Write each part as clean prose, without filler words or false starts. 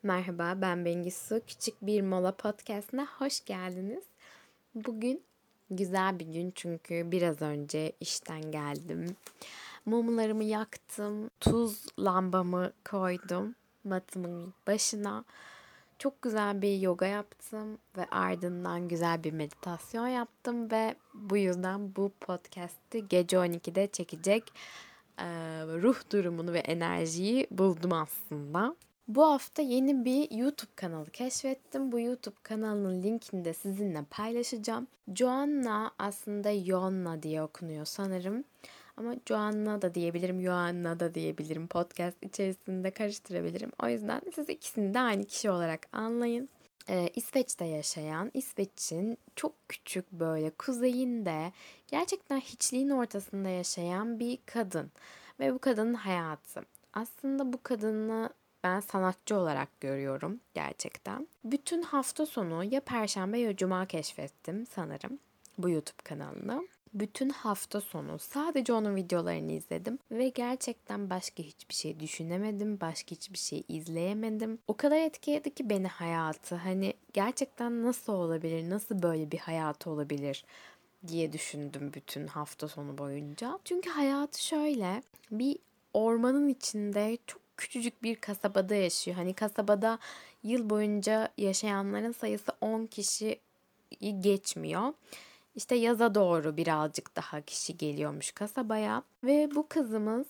Merhaba, ben Bengisu. Küçük bir mola podcastine hoş geldiniz. Bugün güzel bir gün çünkü biraz önce işten geldim. Mumlarımı yaktım, tuz lambamı koydum matımın başına. Çok güzel bir yoga yaptım ve ardından güzel bir meditasyon yaptım ve bu yüzden bu podcast'i gece 12'de çekecek ruh durumunu ve enerjiyi buldum aslında. Bu hafta yeni bir YouTube kanalı keşfettim. Bu YouTube kanalının linkini de sizinle paylaşacağım. Joanna aslında Yonna diye okunuyor sanırım. Ama Joanna da diyebilirim, Joanna da diyebilirim. Podcast içerisinde karıştırabilirim. O yüzden siz ikisini de aynı kişi olarak anlayın. İsveç'te yaşayan, İsveç'in çok küçük böyle kuzeyinde gerçekten hiçliğin ortasında yaşayan bir kadın. Ve bu kadının hayatı. Aslında bu kadını ben sanatçı olarak görüyorum gerçekten. Bütün hafta sonu ya Perşembe ya Cuma keşfettim sanırım bu YouTube kanalını. Bütün hafta sonu sadece onun videolarını izledim ve gerçekten başka hiçbir şey düşünemedim, başka hiçbir şey izleyemedim. O kadar etkiledi ki beni hayatı. Hani gerçekten nasıl olabilir, nasıl böyle bir hayatı olabilir diye düşündüm bütün hafta sonu boyunca. Çünkü hayatı şöyle, bir ormanın içinde çok küçücük bir kasabada yaşıyor. Hani kasabada yıl boyunca yaşayanların sayısı 10 kişiyi geçmiyor. İşte yaza doğru birazcık daha kişi geliyormuş kasabaya ve bu kızımız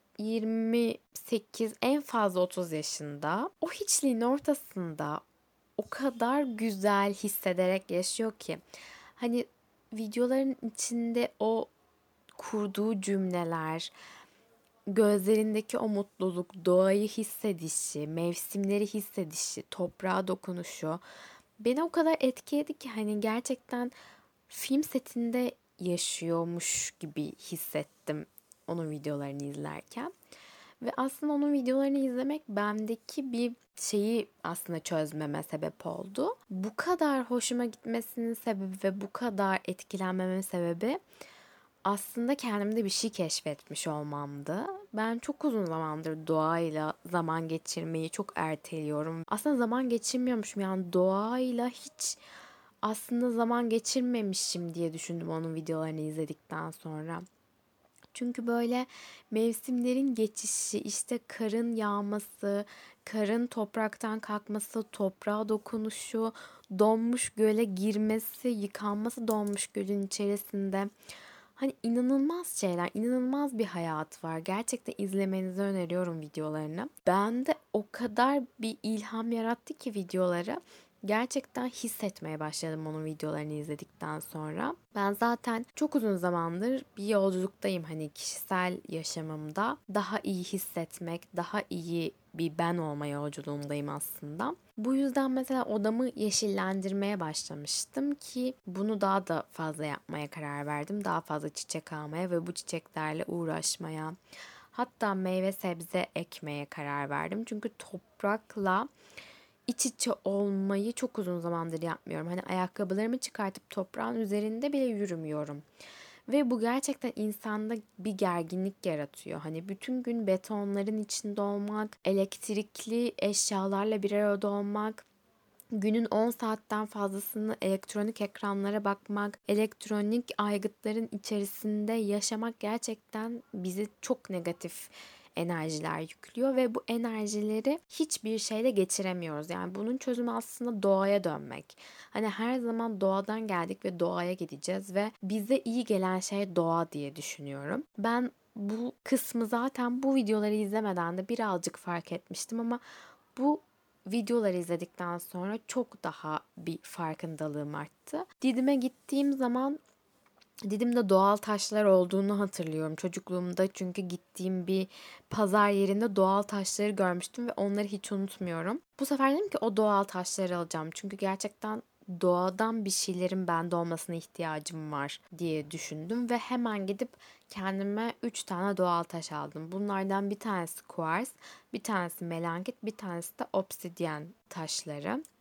28 en fazla 30 yaşında. O hiçliğin ortasında o kadar güzel hissederek yaşıyor ki. Hani videoların içinde o kurduğu cümleler, gözlerindeki o mutluluk, doğayı hissedişi, mevsimleri hissedişi, toprağa dokunuşu beni o kadar etkiledi ki hani gerçekten film setinde yaşıyormuş gibi hissettim onun videolarını izlerken. Ve aslında onun videolarını izlemek bendeki bir şeyi aslında çözmeme sebep oldu. Bu kadar hoşuma gitmesinin sebebi ve bu kadar etkilenmemin sebebi aslında kendimde bir şey keşfetmiş olmamdı. Ben çok uzun zamandır doğayla zaman geçirmeyi çok erteliyorum. Aslında zaman geçirmiyormuşum, yani doğayla hiç aslında zaman geçirmemişim diye düşündüm onun videolarını izledikten sonra. Çünkü böyle mevsimlerin geçişi, işte karın yağması, karın topraktan kalkması, toprağa dokunuşu, donmuş göle girmesi, yıkanması donmuş gölün içerisinde. Hani inanılmaz şeyler, inanılmaz bir hayat var. Gerçekten izlemenizi öneriyorum videolarını. Ben de o kadar bir ilham yarattı ki videoları. Gerçekten hissetmeye başladım onun videolarını izledikten sonra. Ben zaten çok uzun zamandır bir yolculuktayım, hani kişisel yaşamımda. Daha iyi hissetmek, daha iyi bir ben olma yolculuğundayım aslında. Bu yüzden mesela odamı yeşillendirmeye başlamıştım ki bunu daha da fazla yapmaya karar verdim. Daha fazla çiçek almaya ve bu çiçeklerle uğraşmaya. Hatta meyve sebze ekmeye karar verdim. Çünkü toprakla iç içe olmayı çok uzun zamandır yapmıyorum. Hani ayakkabılarımı çıkartıp toprağın üzerinde bile yürümüyorum. Ve bu gerçekten insanda bir gerginlik yaratıyor. Hani bütün gün betonların içinde olmak, elektrikli eşyalarla bir arada olmak, günün 10 saatten fazlasını elektronik ekranlara bakmak, elektronik aygıtların içerisinde yaşamak gerçekten bizi çok negatif enerjiler yüklüyor ve bu enerjileri hiçbir şeyle geçiremiyoruz. Yani bunun çözümü aslında doğaya dönmek. Hani her zaman doğadan geldik ve doğaya gideceğiz ve bize iyi gelen şey doğa diye düşünüyorum. Ben bu kısmı zaten bu videoları izlemeden de birazcık fark etmiştim ama bu videoları izledikten sonra çok daha bir farkındalığım arttı. Didim'e gittiğim zaman Didim'de doğal taşlar olduğunu hatırlıyorum çocukluğumda, çünkü gittiğim bir pazar yerinde doğal taşları görmüştüm ve onları hiç unutmuyorum. Bu sefer dedim ki o doğal taşları alacağım çünkü gerçekten doğadan bir şeylerin bende olmasına ihtiyacım var diye düşündüm ve hemen gidip kendime 3 tane doğal taş aldım. Bunlardan bir tanesi kuars, bir tanesi melangit, bir tanesi de obsidyen taşları.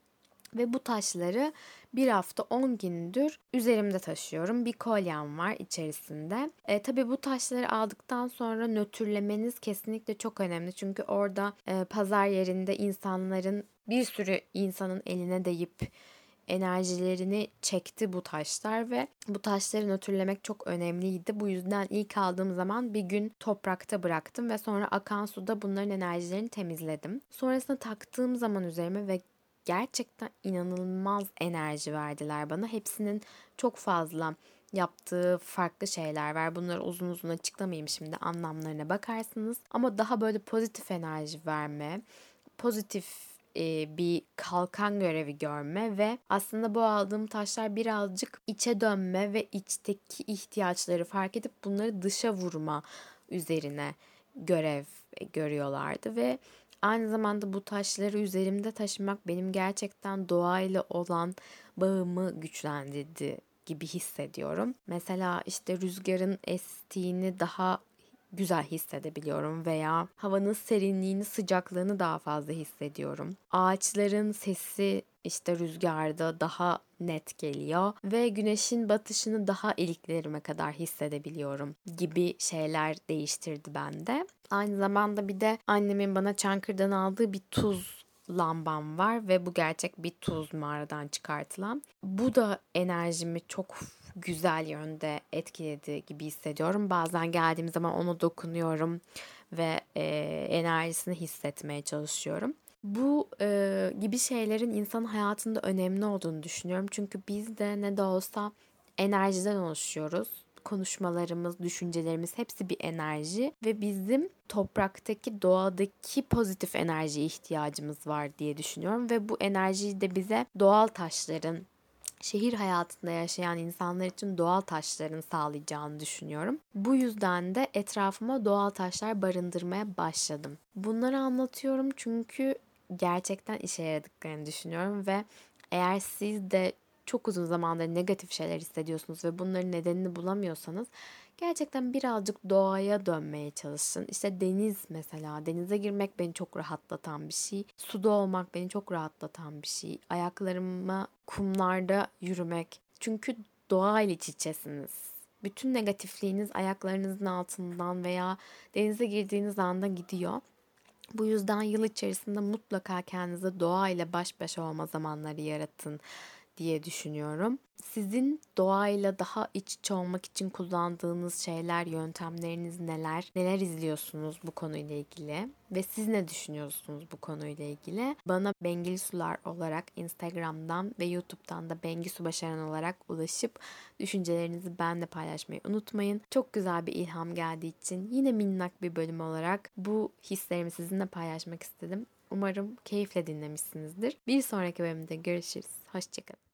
Ve bu taşları bir hafta 10 gündür üzerimde taşıyorum. Bir kolyem var içerisinde. Tabii bu taşları aldıktan sonra nötrlemeniz kesinlikle çok önemli. Çünkü orada pazar yerinde insanların, bir sürü insanın eline değip enerjilerini çekti bu taşlar ve bu taşları nötrlemek çok önemliydi. Bu yüzden ilk aldığım zaman bir gün toprakta bıraktım ve sonra akan suda bunların enerjilerini temizledim. Sonrasında taktığım zaman üzerime ve gerçekten inanılmaz enerji verdiler bana. Hepsinin çok fazla yaptığı farklı şeyler var. Bunları uzun uzun açıklamayayım şimdi, anlamlarına bakarsınız. Ama daha böyle pozitif enerji verme, pozitif bir kalkan görevi görme ve aslında bu aldığım taşlar birazcık içe dönme ve içteki ihtiyaçları fark edip bunları dışa vurma üzerine görev görüyorlardı ve aynı zamanda bu taşları üzerimde taşımak benim gerçekten doğayla olan bağımı güçlendirdi gibi hissediyorum. Mesela işte rüzgarın estiğini daha güzel hissedebiliyorum veya havanın serinliğini, sıcaklığını daha fazla hissediyorum. Ağaçların sesi işte rüzgarda daha net geliyor ve güneşin batışını daha iliklerime kadar hissedebiliyorum gibi şeyler değiştirdi bende. Aynı zamanda bir de annemin bana Çankırı'dan aldığı bir tuz lambam var ve bu gerçek bir tuz, mağaradan çıkartılan. Bu da enerjimi çok güzel yönde etkiledi gibi hissediyorum. Bazen geldiğim zaman ona dokunuyorum ve enerjisini hissetmeye çalışıyorum. Bu gibi şeylerin insan hayatında önemli olduğunu düşünüyorum. Çünkü biz de ne de olsa enerjiden oluşuyoruz. Konuşmalarımız, düşüncelerimiz hepsi bir enerji ve bizim topraktaki, doğadaki pozitif enerjiye ihtiyacımız var diye düşünüyorum ve bu enerjiyi de bize doğal taşların, şehir hayatında yaşayan insanlar için doğal taşların sağlayacağını düşünüyorum. Bu yüzden de etrafıma doğal taşlar barındırmaya başladım. Bunları anlatıyorum çünkü gerçekten işe yaradıklarını düşünüyorum ve eğer siz de çok uzun zamandır negatif şeyler hissediyorsunuz ve bunların nedenini bulamıyorsanız gerçekten birazcık doğaya dönmeye çalışın. İşte deniz mesela. Denize girmek beni çok rahatlatan bir şey. Suda olmak beni çok rahatlatan bir şey. Ayaklarıma kumlarda yürümek. Çünkü doğayla iç içesiniz. Bütün negatifliğiniz ayaklarınızın altından veya denize girdiğiniz anda gidiyor. Bu yüzden yıl içerisinde mutlaka kendinize doğayla baş başa olma zamanları yaratın diye düşünüyorum. Sizin doğayla daha iç içe olmak için kullandığınız şeyler, yöntemleriniz neler? Neler izliyorsunuz bu konuyla ilgili? Ve siz ne düşünüyorsunuz bu konuyla ilgili? Bana Bengili Sular olarak Instagram'dan ve YouTube'dan da Bengi Su Başaran olarak ulaşıp düşüncelerinizi benimle paylaşmayı unutmayın. Çok güzel bir ilham geldiği için yine minnak bir bölüm olarak bu hislerimi sizinle paylaşmak istedim. Umarım keyifle dinlemişsinizdir. Bir sonraki bölümde görüşürüz. Hoşçakalın.